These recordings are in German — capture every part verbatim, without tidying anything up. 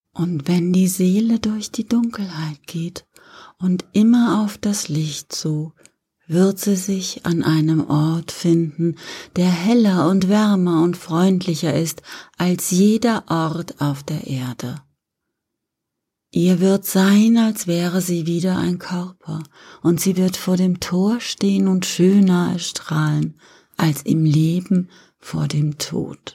Und wenn die Seele durch die Dunkelheit geht und immer auf das Licht zu, wird sie sich an einem Ort finden, der heller und wärmer und freundlicher ist als jeder Ort auf der Erde. Ihr wird sein, als wäre sie wieder ein Körper, und sie wird vor dem Tor stehen und schöner erstrahlen als im Leben vor dem Tod.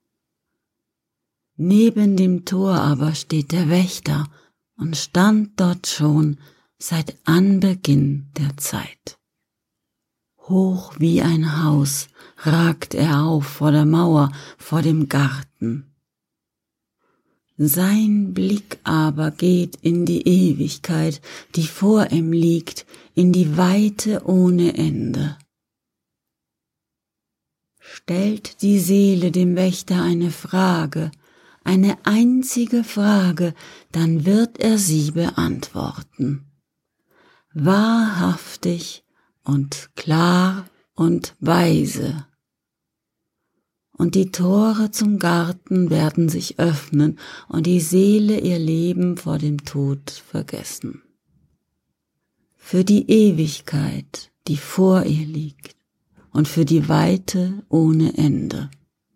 Neben dem Tor aber steht der Wächter und stand dort schon seit Anbeginn der Zeit. Hoch wie ein Haus ragt er auf vor der Mauer, vor dem Garten. Sein Blick aber geht in die Ewigkeit, die vor ihm liegt, in die Weite ohne Ende. Stellt die Seele dem Wächter eine Frage, eine einzige Frage, dann wird er sie beantworten. Wahrhaftig und klar und weise. Und die Tore zum Garten werden sich öffnen und die Seele ihr Leben vor dem Tod vergessen. Für die Ewigkeit, die vor ihr liegt, und für die Weite ohne Ende.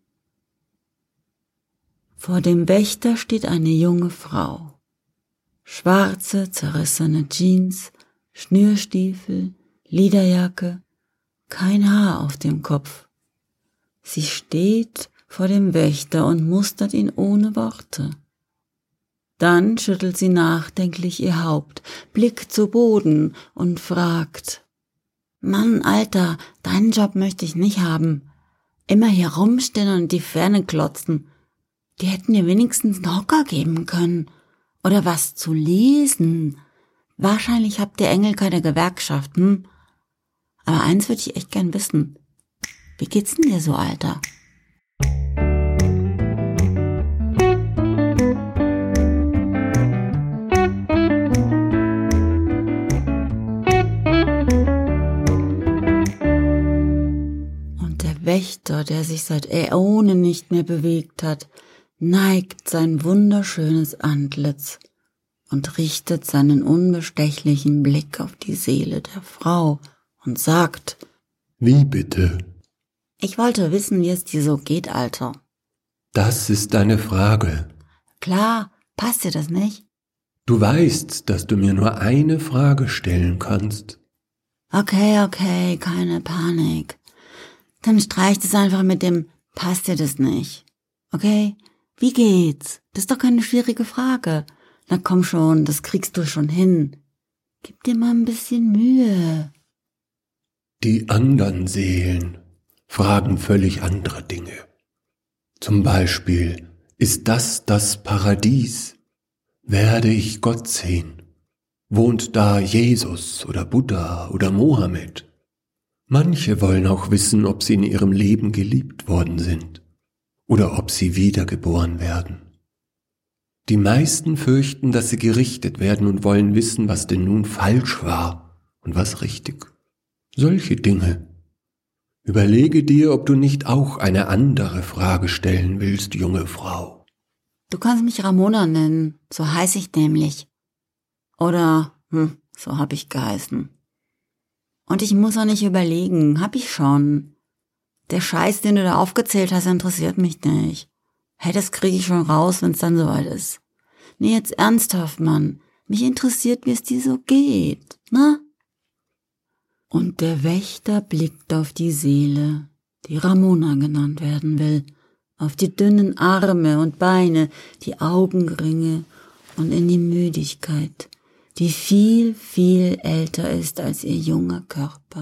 Vor dem Wächter steht eine junge Frau. Schwarze, zerrissene Jeans, Schnürstiefel, Lederjacke, kein Haar auf dem Kopf. Sie steht vor dem Wächter und mustert ihn ohne Worte. Dann schüttelt sie nachdenklich ihr Haupt, blickt zu Boden und fragt: »Mann, Alter, deinen Job möchte ich nicht haben. Immer hier rumstehen und in die Ferne glotzen. Die hätten dir wenigstens einen Hocker geben können. Oder was zu lesen. Wahrscheinlich habt ihr Engel keine Gewerkschaft, hm? Aber eins würde ich echt gern wissen. Wie geht's denn dir so, Alter?« Und der Wächter, der sich seit Äonen nicht mehr bewegt hat, neigt sein wunderschönes Antlitz und richtet seinen unbestechlichen Blick auf die Seele der Frau und sagt: »Wie bitte?« »Ich wollte wissen, wie es dir so geht, Alter.« »Das ist deine Frage.« »Klar, passt dir das nicht?« »Du weißt, dass du mir nur eine Frage stellen kannst.« »Okay, okay, keine Panik. Dann streicht es einfach mit dem »passt dir das nicht?« Okay? Wie geht's? Das ist doch keine schwierige Frage. Na komm schon, das kriegst du schon hin. Gib dir mal ein bisschen Mühe.« Die anderen Seelen fragen völlig andere Dinge. Zum Beispiel: Ist das das Paradies? Werde ich Gott sehen? Wohnt da Jesus oder Buddha oder Mohammed? Manche wollen auch wissen, ob sie in ihrem Leben geliebt worden sind oder ob sie wiedergeboren werden. Die meisten fürchten, dass sie gerichtet werden und wollen wissen, was denn nun falsch war und was richtig. Solche Dinge. Überlege dir, ob du nicht auch eine andere Frage stellen willst, junge Frau. Du kannst mich Ramona nennen, so heiß ich nämlich. Oder, hm, so hab ich geheißen. Und ich muss auch nicht überlegen, hab ich schon. Der Scheiß, den du da aufgezählt hast, interessiert mich nicht. Hey, das krieg ich schon raus, wenn's dann soweit ist. Nee, jetzt ernsthaft, Mann. Mich interessiert, wie es dir so geht, ne? Und der Wächter blickt auf die Seele, die Ramona genannt werden will, auf die dünnen Arme und Beine, die Augenringe und in die Müdigkeit, die viel, viel älter ist als ihr junger Körper.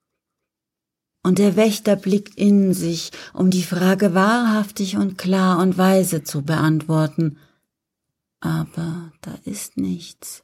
Und der Wächter blickt in sich, um die Frage wahrhaftig und klar und weise zu beantworten. Aber da ist nichts.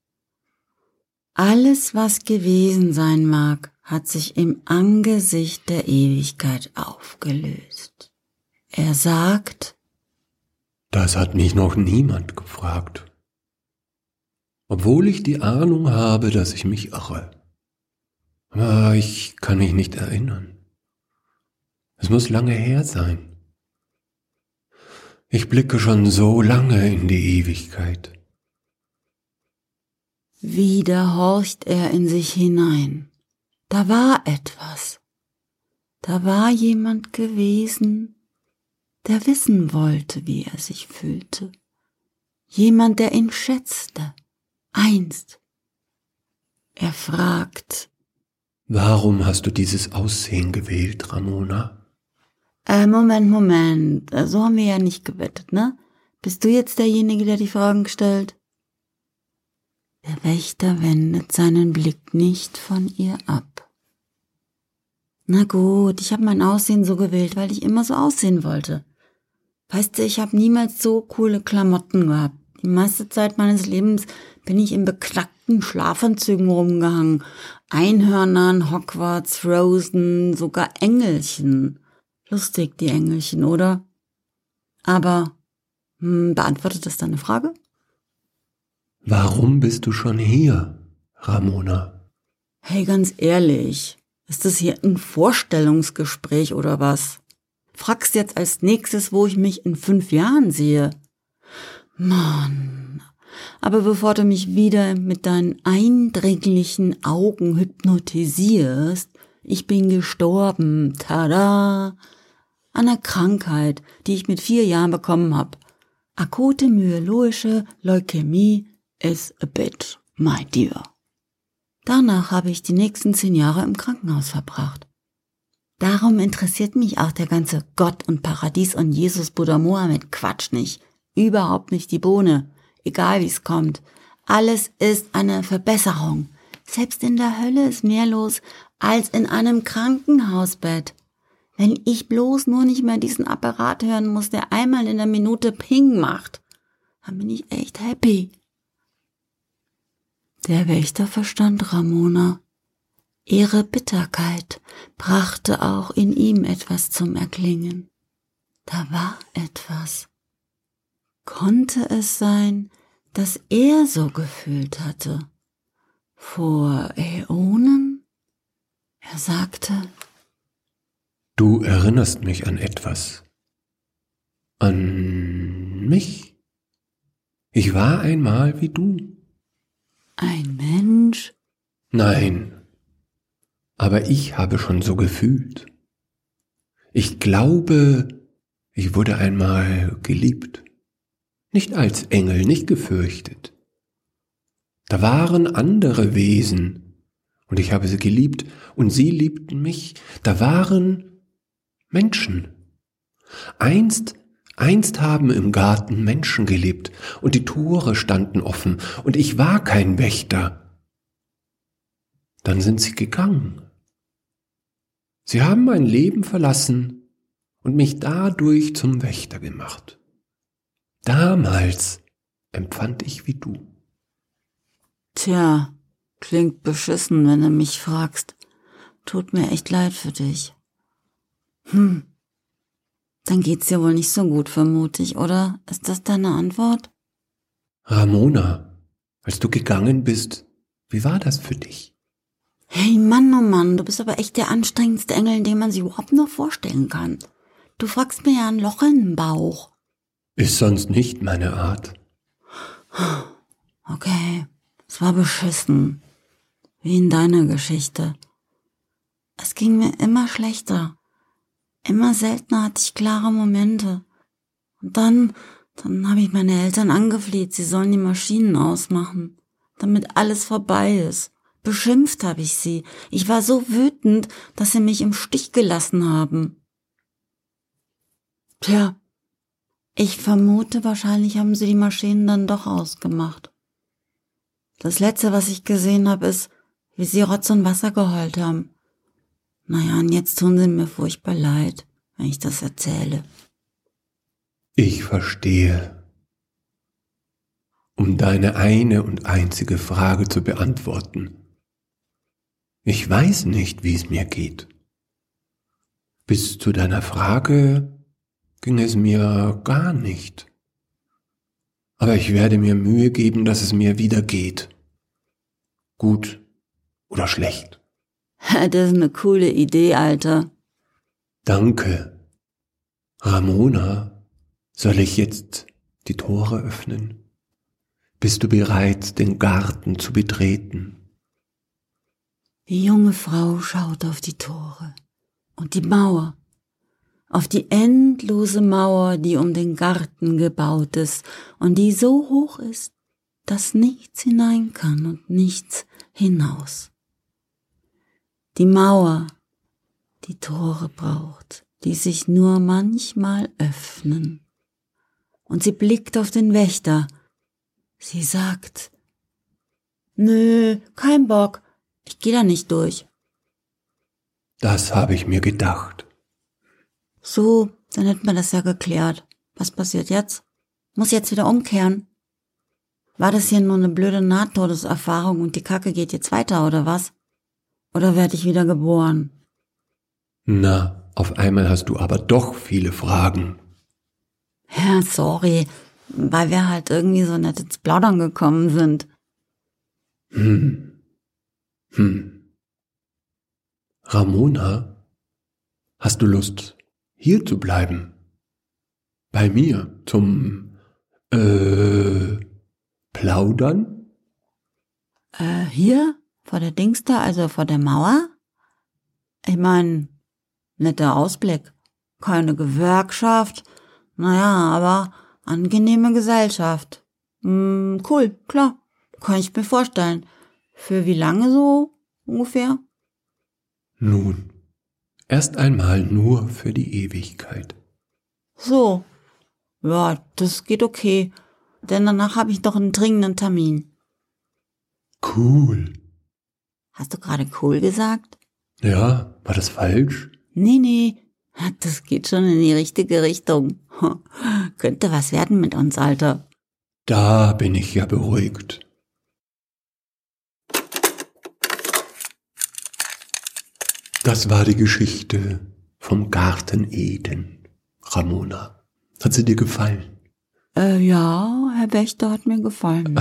Alles, was gewesen sein mag, hat sich im Angesicht der Ewigkeit aufgelöst. Er sagt: Das hat mich noch niemand gefragt. Obwohl ich die Ahnung habe, dass ich mich irre. Aber ich kann mich nicht erinnern. Es muss lange her sein. Ich blicke schon so lange in die Ewigkeit. Wieder horcht er in sich hinein. Da war etwas. Da war jemand gewesen, der wissen wollte, wie er sich fühlte. Jemand, der ihn schätzte, einst. Er fragt: Warum hast du dieses Aussehen gewählt, Ramona? Äh, Moment, Moment, so haben wir ja nicht gewettet, ne? Bist du jetzt derjenige, der die Fragen stellt? Der Wächter wendet seinen Blick nicht von ihr ab. Na gut, ich habe mein Aussehen so gewählt, weil ich immer so aussehen wollte. Weißt du, ich habe niemals so coole Klamotten gehabt. Die meiste Zeit meines Lebens bin ich in beknackten Schlafanzügen rumgehangen. Einhörnern, Hogwarts, Frozen, sogar Engelchen. Lustig, die Engelchen, oder? Aber, hm, beantwortet das deine Frage? Warum bist du schon hier, Ramona? Hey, ganz ehrlich, ist das hier ein Vorstellungsgespräch oder was? Fragst jetzt als nächstes, wo ich mich in fünf Jahren sehe? Mann, aber bevor du mich wieder mit deinen eindringlichen Augen hypnotisierst, ich bin gestorben, tada, an einer Krankheit, die ich mit vier Jahren bekommen habe. Akute myeloische Leukämie is a bitch, my dear. Danach habe ich die nächsten zehn Jahre im Krankenhaus verbracht. Darum interessiert mich auch der ganze Gott und Paradies und Jesus Buddha Mohammed Quatsch nicht. Überhaupt nicht die Bohne. Egal wie es kommt. Alles ist eine Verbesserung. Selbst in der Hölle ist mehr los als in einem Krankenhausbett. Wenn ich bloß nur nicht mehr diesen Apparat hören muss, der einmal in der Minute Ping macht, dann bin ich echt happy. Der Wächter verstand Ramona. Ihre Bitterkeit brachte auch in ihm etwas zum Erklingen. Da war etwas. Konnte es sein, dass er so gefühlt hatte? Vor Äonen? Er sagte: Du erinnerst mich an etwas. An mich? Ich war einmal wie du. Ein Mensch? Nein, aber ich habe schon so gefühlt. Ich glaube, ich wurde einmal geliebt. Nicht als Engel, nicht gefürchtet. Da waren andere Wesen und ich habe sie geliebt und sie liebten mich. Da waren Menschen. Einst Einst haben im Garten Menschen gelebt und die Tore standen offen und ich war kein Wächter. Dann sind sie gegangen. Sie haben mein Leben verlassen und mich dadurch zum Wächter gemacht. Damals empfand ich wie du. Tja, klingt beschissen, wenn du mich fragst. Tut mir echt leid für dich. Hm. Dann geht's dir wohl nicht so gut, vermutlich, oder? Ist das deine Antwort? Ramona, als du gegangen bist, wie war das für dich? Hey Mann, oh Mann, du bist aber echt der anstrengendste Engel, den man sich überhaupt nur vorstellen kann. Du fragst mir ja ein Loch in den Bauch. Ist sonst nicht meine Art. Okay, es war beschissen. Wie in deiner Geschichte. Es ging mir immer schlechter. Immer seltener hatte ich klare Momente. Und dann, dann habe ich meine Eltern angefleht, sie sollen die Maschinen ausmachen, damit alles vorbei ist. Beschimpft habe ich sie. Ich war so wütend, dass sie mich im Stich gelassen haben. Tja, ich vermute, wahrscheinlich haben sie die Maschinen dann doch ausgemacht. Das Letzte, was ich gesehen habe, ist, wie sie Rotz und Wasser geheult haben. Naja, und jetzt tun sie mir furchtbar leid, wenn ich das erzähle. Ich verstehe. Um deine eine und einzige Frage zu beantworten. Ich weiß nicht, wie es mir geht. Bis zu deiner Frage ging es mir gar nicht. Aber ich werde mir Mühe geben, dass es mir wieder geht. Gut oder schlecht. Das ist eine coole Idee, Alter. Danke. Ramona, Soll ich jetzt die Tore öffnen? Bist du bereit, den Garten zu betreten? Die junge Frau schaut auf die Tore und die Mauer, auf die endlose Mauer, die um den Garten gebaut ist und die so hoch ist, dass nichts hinein kann und nichts hinaus. Die Mauer, die Tore braucht, die sich nur manchmal öffnen. Und sie blickt auf den Wächter. Sie sagt, »Nö, kein Bock, ich geh da nicht durch.« Das habe ich mir gedacht. So, dann hätten wir das ja geklärt. Was passiert jetzt? Muss jetzt wieder umkehren? War das hier nur eine blöde Nahtodeserfahrung und die Kacke geht jetzt weiter, oder was? Oder werde ich wieder geboren? Na, auf einmal hast du aber doch viele Fragen. Ja, sorry, weil wir halt irgendwie so nett ins Plaudern gekommen sind. Hm. Hm. Ramona, hast du Lust, hier zu bleiben? Bei mir zum, äh, Plaudern? Äh, hier? Vor der Dings da, also vor der Mauer? Ich mein, netter Ausblick. Keine Gewerkschaft. Naja, aber angenehme Gesellschaft. Hm, cool, klar. Kann ich mir vorstellen. Für wie lange so ungefähr? Nun, erst einmal nur für die Ewigkeit. So. Ja, das geht okay. Denn danach habe ich doch einen dringenden Termin. Cool. Hast du gerade cool gesagt? Ja, war das falsch? Nee, nee. Das geht schon in die richtige Richtung. Könnte was werden mit uns, Alter. Da bin ich ja beruhigt. Das war die Geschichte vom Garten Eden, Ramona. Hat sie dir gefallen? Äh, ja, Herr Wächter hat mir gefallen.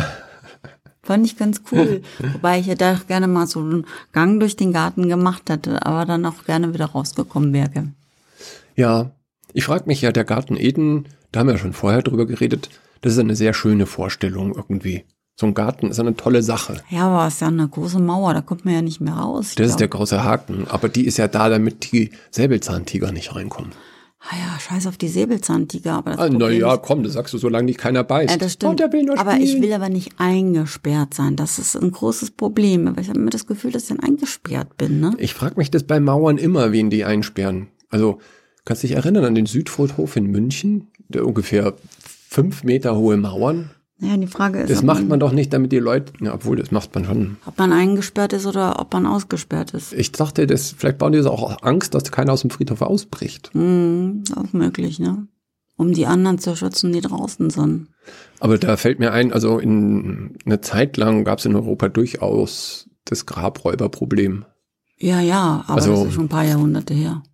Fand ich ganz cool. Wobei ich ja da gerne mal so einen Gang durch den Garten gemacht hätte, aber dann auch gerne wieder rausgekommen wäre. Ja, ich frage mich ja, der Garten Eden, da haben wir ja schon vorher drüber geredet, das ist eine sehr schöne Vorstellung irgendwie. So ein Garten ist eine tolle Sache. Ja, aber es ist ja eine große Mauer, da kommt man ja nicht mehr raus. Das glaub. ist der große Haken, aber die ist ja da, damit die Säbelzahntiger nicht reinkommen. Ah ja, scheiß auf die Säbelzahntiger. Aber das ah, na ja, komm, das sagst du, solange dich keiner beißt. Ja, das stimmt. Oh, aber ich will aber nicht eingesperrt sein. Das ist ein großes Problem. Aber ich habe immer das Gefühl, dass ich dann eingesperrt bin. Ne? Ich frage mich das bei Mauern immer, wen die einsperren. Also, kannst du dich erinnern an den Südfriedhof in München? Der ungefähr fünf Meter hohe Mauern. Ja, die Frage ist, das macht man doch nicht, damit die Leute, ja, obwohl, das macht man schon. Ob man eingesperrt ist oder ob man ausgesperrt ist. Ich dachte, das, vielleicht bauen die das auch Angst, dass keiner aus dem Friedhof ausbricht. Mhm, auch möglich, ne? Um die anderen zu schützen, die draußen sind. Aber da fällt mir ein, also in eine Zeit lang gab es in Europa durchaus das Grabräuberproblem. Ja, ja, aber also, das ist schon ein paar Jahrhunderte her.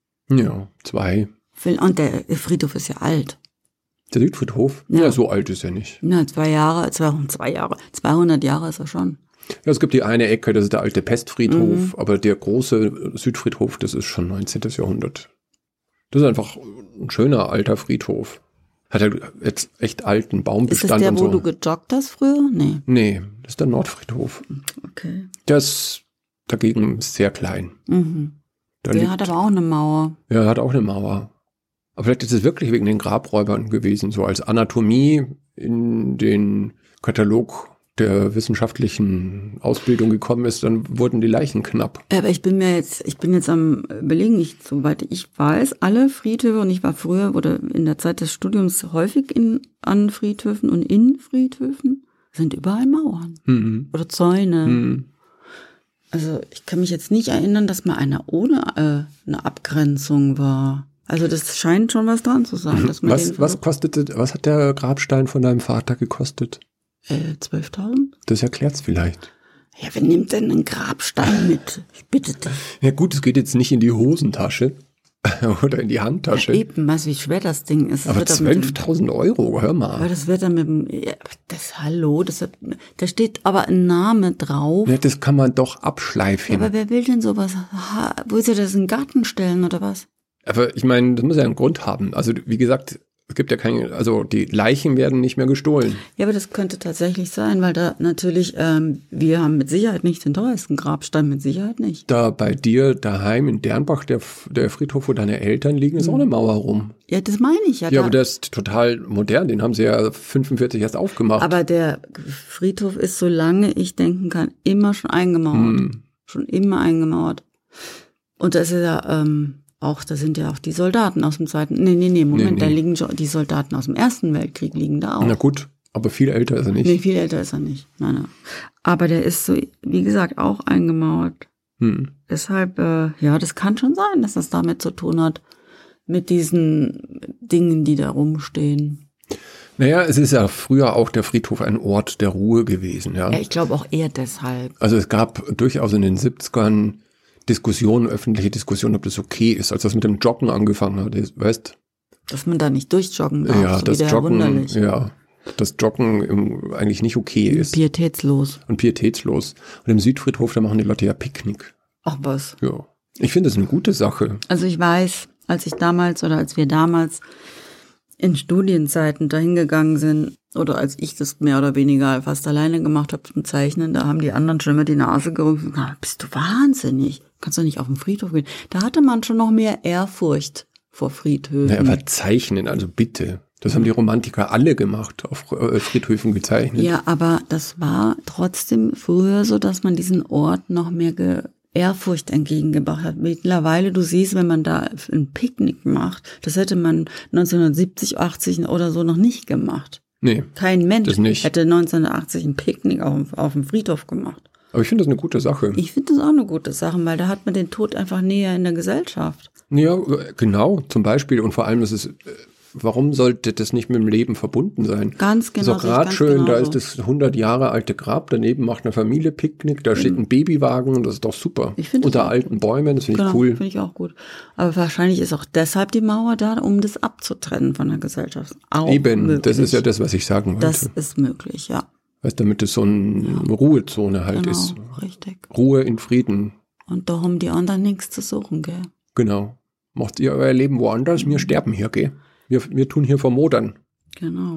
Ja, zwei. Und der Friedhof ist ja alt. Der Südfriedhof? Ja. ja, so alt ist er nicht. Ja, zwei Jahre, zwei, zwei Jahre, zweihundert Jahre ist er schon. Ja, es gibt die eine Ecke, das ist der alte Pestfriedhof, mhm. aber der große Südfriedhof, das ist schon neunzehnten Jahrhundert. Das ist einfach ein schöner alter Friedhof. Hat ja jetzt echt alten Baumbestand und so. Ist das der, wo du gejoggt hast früher? Nee. Nee, das ist der Nordfriedhof. Okay. Der ist dagegen sehr klein. Mhm. Der liegt, hat aber auch eine Mauer. Ja, er hat auch eine Mauer. Aber vielleicht ist es wirklich wegen den Grabräubern gewesen, so als Anatomie in den Katalog der wissenschaftlichen Ausbildung gekommen ist, dann wurden die Leichen knapp. Aber ich bin mir jetzt, ich bin jetzt am Überlegen, ich, soweit ich weiß, alle Friedhöfe, und ich war früher oder in der Zeit des Studiums häufig in, an Friedhöfen und in Friedhöfen, sind überall Mauern. Mhm. Oder Zäune. Mhm. Also ich kann mich jetzt nicht erinnern, dass mal einer ohne äh, eine Abgrenzung war. Also das scheint schon was dran zu sein. Dass man was, den was kostete, was hat der Grabstein von deinem Vater gekostet? Äh, zwölftausend? Das erklärt's vielleicht. Ja, wer nimmt denn einen Grabstein mit? Ich bitte dich. Ja gut, es geht jetzt nicht in die Hosentasche oder in die Handtasche. Ja, eben, weißt du, wie schwer das Ding ist. Das aber zwölftausend Euro, hör mal. Aber das wird dann mit dem, ja, das, hallo, das wird, da steht aber ein Name drauf. Ja, das kann man doch abschleifen. Ja, aber wer will denn sowas? Ha, willst du das in den Garten stellen oder was? Aber ich meine, das muss ja einen Grund haben. Also wie gesagt, Es gibt ja keine, also die Leichen werden nicht mehr gestohlen. Ja, aber das könnte tatsächlich sein, weil da natürlich, ähm, wir haben mit Sicherheit nicht den teuersten Grabstein, mit Sicherheit nicht. Da bei dir daheim in Dernbach, der, der Friedhof, wo deine Eltern liegen, ist mhm. auch eine Mauer rum. Ja, das meine ich ja. Ja, da, aber der ist total modern, den haben sie ja fünfundvierzig erst aufgemacht. Aber der Friedhof ist, solange ich denken kann, immer schon eingemauert. Mhm. Schon immer eingemauert. Und das ist ja, ähm, Auch, da sind ja auch die Soldaten aus dem Zweiten, nee, nee, nee, Moment, nee, nee. da liegen schon, die Soldaten aus dem Ersten Weltkrieg liegen da auch. Na gut, aber viel älter ist er nicht. Nee, viel älter ist er nicht, nein, nein. Aber der ist so, wie gesagt, auch eingemauert. Hm. Deshalb, äh, ja, das kann schon sein, dass das damit zu tun hat, mit diesen Dingen, die da rumstehen. Naja, es ist ja früher auch der Friedhof ein Ort der Ruhe gewesen, ja. Ja, ich glaube auch eher deshalb. Also es gab durchaus in den siebzigern Diskussion, öffentliche Diskussion, ob das okay ist, als das mit dem Joggen angefangen hat, weißt? Dass man da nicht durchjoggen darf, ja, so das wie der Joggen, Wunderlich. ja, das Joggen im, eigentlich nicht okay ist. Pietätslos. Und pietätslos. Und im Südfriedhof, da machen die Leute ja Picknick. Ach was. Ja. Ich finde das eine gute Sache. Also ich weiß, als ich damals oder als wir damals in Studienzeiten dahin gegangen sind, oder als ich das mehr oder weniger fast alleine gemacht habe zum Zeichnen, da haben die anderen schon immer die Nase gerümpft und gesagt, bist du wahnsinnig? Kannst du nicht auf den Friedhof gehen? Da hatte man schon noch mehr Ehrfurcht vor Friedhöfen. Ja, aber zeichnen, also bitte. Das haben die Romantiker alle gemacht, auf Friedhöfen gezeichnet. Ja, aber das war trotzdem früher so, dass man diesen Ort noch mehr ge- Ehrfurcht entgegengebracht hat. Mittlerweile, du siehst, wenn man da ein Picknick macht, das hätte man neunzehnhundertsiebzig, achtzig oder so noch nicht gemacht. Nee, kein Mensch das nicht. hätte neunzehnhundertachtzig ein Picknick auf, auf dem Friedhof gemacht. Aber ich finde das eine gute Sache. Ich finde das auch eine gute Sache, weil da hat man den Tod einfach näher in der Gesellschaft. Ja, genau, zum Beispiel. Und vor allem ist es, warum sollte das nicht mit dem Leben verbunden sein? Ganz genau. Ist auch gerade schön, genau da so. Ist das hundert Jahre alte Grab, daneben macht eine Familie Picknick, da steht ein Babywagen und das ist doch super. Ich finde Unter das alten Bäumen, das finde genau, ich cool. Finde ich auch gut. Aber wahrscheinlich ist auch deshalb die Mauer da, um das abzutrennen von der Gesellschaft. Auch Eben, möglich. Das ist ja das, was ich sagen wollte. Das ist möglich, ja. Weißt, damit es so eine ja. Ruhezone halt genau, ist. Richtig. Ruhe in Frieden. Und da haben die anderen nichts zu suchen, gell? Genau. Macht ihr euer Leben woanders, wir sterben hier, gell? Wir, wir tun hier vermodern. Genau.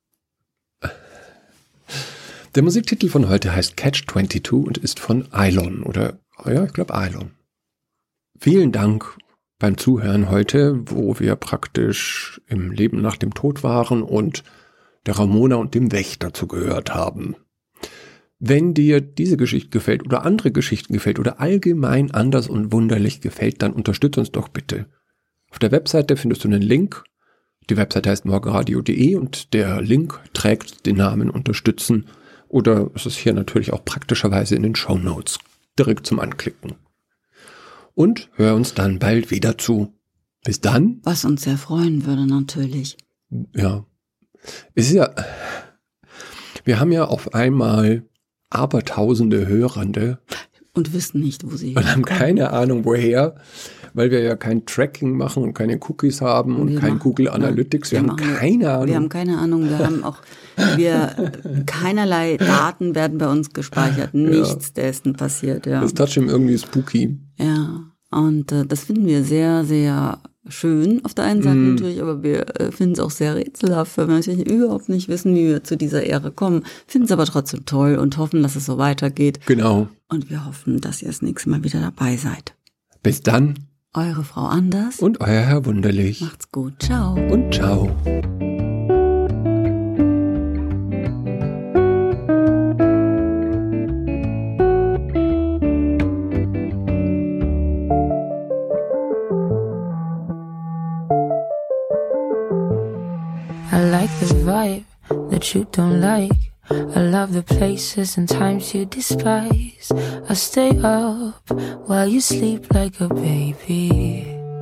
Der Musiktitel von heute heißt Catch zweiundzwanzig und ist von Eilon oder, ja, ich glaube Eilon. Vielen Dank beim Zuhören heute, wo wir praktisch im Leben nach dem Tod waren und der Ramona und dem Wächter zugehört haben. Wenn dir diese Geschichte gefällt oder andere Geschichten gefällt oder allgemein anders und wunderlich gefällt, dann unterstütze uns doch bitte. Auf der Webseite findest du einen Link. Die Webseite heißt morgenradio punkt de und der Link trägt den Namen Unterstützen. Oder es ist hier natürlich auch praktischerweise in den Shownotes direkt zum Anklicken. Und hör uns dann bald wieder zu. Bis dann. Was uns sehr freuen würde natürlich. Ja. Es ist ja, wir haben ja auf einmal abertausende Hörende. Und wissen nicht, wo sie Und haben keine Ahnung, woher, weil wir ja kein Tracking machen und keine Cookies haben und wir kein machen, Google Analytics. Wir, wir haben keine Ahnung. Wir haben keine Ahnung. Wir haben auch, wir, keinerlei Daten werden bei uns gespeichert. Nichts ja. dessen passiert, ja. Das ist schon irgendwie spooky. Ja. Und äh, das finden wir sehr, sehr schön auf der einen Seite mm. natürlich, aber wir äh, finden es auch sehr rätselhaft, weil wir natürlich überhaupt nicht wissen, wie wir zu dieser Ehre kommen, finden es aber trotzdem toll und hoffen, dass es so weitergeht. Genau. Und wir hoffen, dass ihr das nächste Mal wieder dabei seid. Bis dann. Eure Frau Anders. Und euer Herr Wunderlich. Macht's gut. Ciao. Und ciao. I like the vibe that you don't like. I love the places and times you despise. I stay up while you sleep like a baby.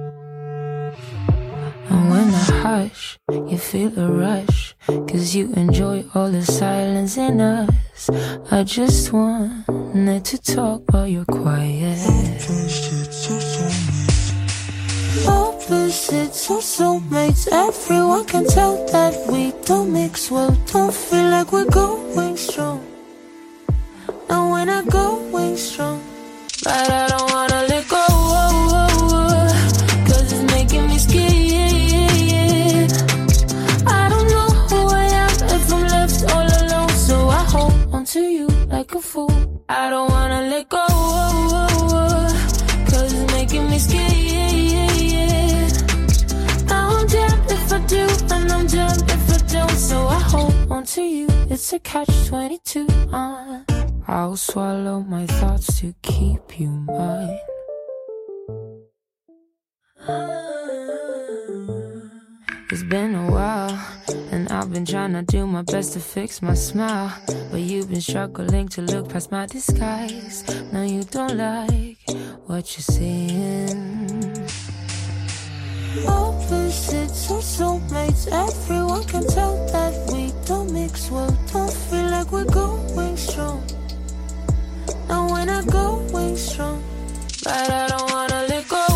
And when I hush, you feel a rush, 'cause you enjoy all the silence in us. I just wanted to talk while you're quiet. Opposites or soulmates, everyone can tell that we don't mix well. Don't feel like we're going strong. And we're not going strong, but I don't wanna let go, oh, oh, oh, 'cause it's making me scared. I don't wanna let go, cause it's making me scared. I'm damned if I do, and I'm damned if I don't. So I hold on to you, it's a catch twenty-two. uh. I'll swallow my thoughts to keep you mine. It's been a while, and I've been trying to do my best to fix my smile, but you've been struggling to look past my disguise. Now you don't like what you're seeing. Opposites or soulmates, everyone can tell that we don't mix well. Don't feel like we're going strong. No, we're not going strong, but I don't wanna let go,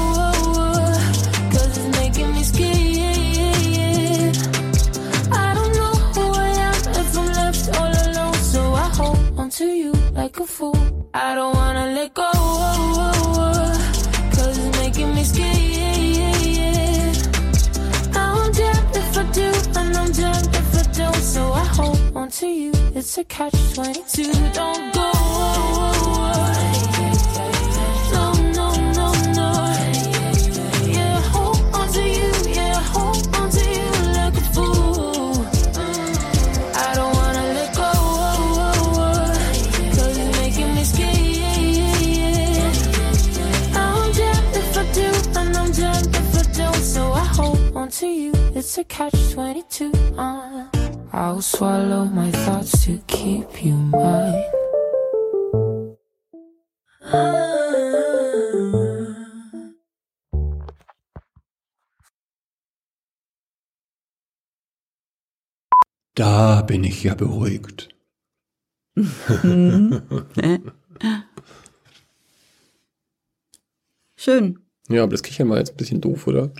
cause it's making me scared. I don't know who I am if I'm left all alone, so I hold on to you like a fool. I don't wanna let go, cause it's making me scared. I'm damned if I do, and I'm damned if I don't. So I hold on to you, it's a catch twenty-two. Don't go. No, no, no, no. Yeah, hold on to you, yeah, hold on to you like a fool. I don't wanna let go, cause it's making me scared. I'm damned if I do, and I'm damned if I don't. So I hold on to you, it's a catch twenty-two. uh. I'll swallow my thoughts to keep you mine. Da bin ich ja beruhigt. Schön. Ja, aber das Kichern war jetzt ein bisschen doof, oder?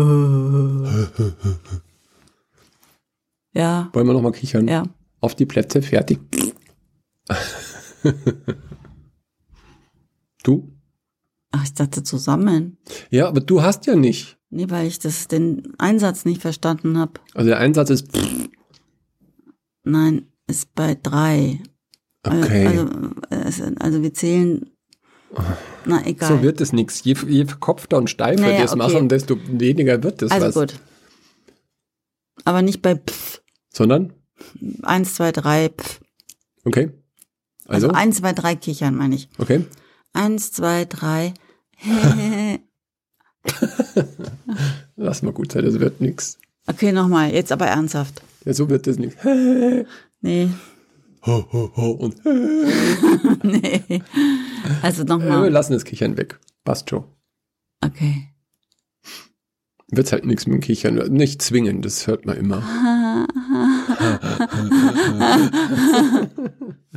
Ja. Wollen wir noch mal kichern? Ja. Auf die Plätze, fertig. Du? Ach, ich dachte zusammen. Ja, aber du hast ja nicht. Nee, weil ich das, den Einsatz nicht verstanden habe. Also der Einsatz ist... Nein, ist bei drei. Okay. Also, also, also wir zählen... Na, egal. So wird es nichts. Je, je verkopfter und steifer naja, wir es okay. machen, desto weniger wird es also was. gut. Aber nicht bei Pff. Sondern? Eins, zwei, drei, Pff. Okay. Also? Also eins, zwei, drei kichern, meine ich. Okay. Eins, zwei, drei. Lass mal gut sein, das wird nichts. Okay, nochmal. Jetzt aber ernsthaft. Ja, so wird es nichts. Nee. Ho, ho, ho und Nee. Also Wir nochmal. lassen das Kichern weg. Passt schon. Okay. Wird's halt nichts mit dem Kichern. Nicht zwingen, das hört man immer.